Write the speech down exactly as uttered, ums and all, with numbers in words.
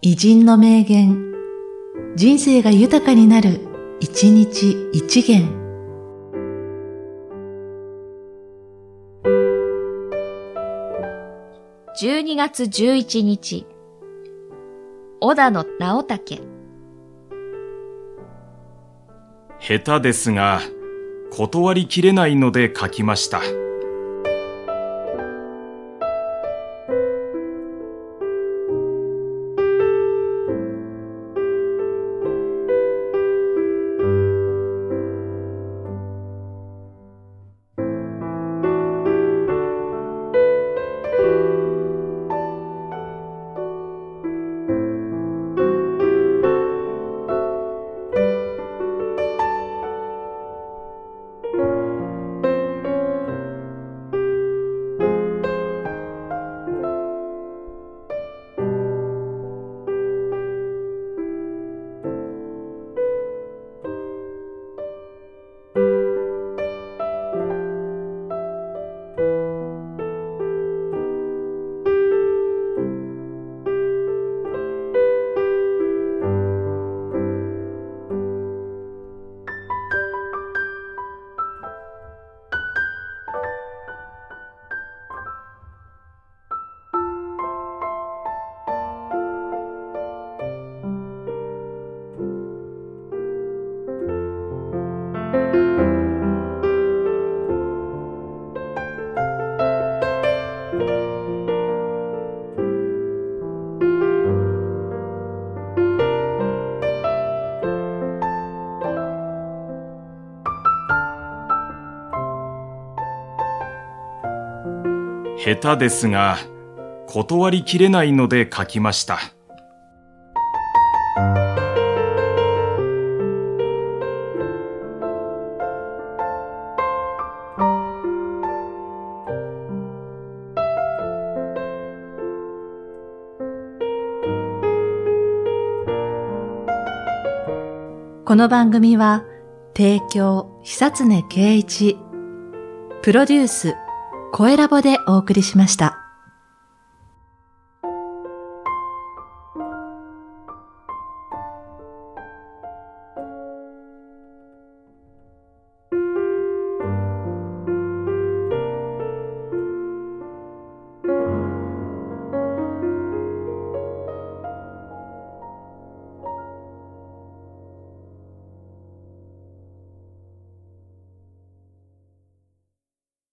偉人の名言、人生が豊かになる、一日一元。 じゅうにがつじゅういちにち、小田野直武。 下手ですが、断りきれないので書きました。下手ですが、断りきれないので書きました。 この番組は、提供、久常圭一、プロデュース、声ラボでお送りしました。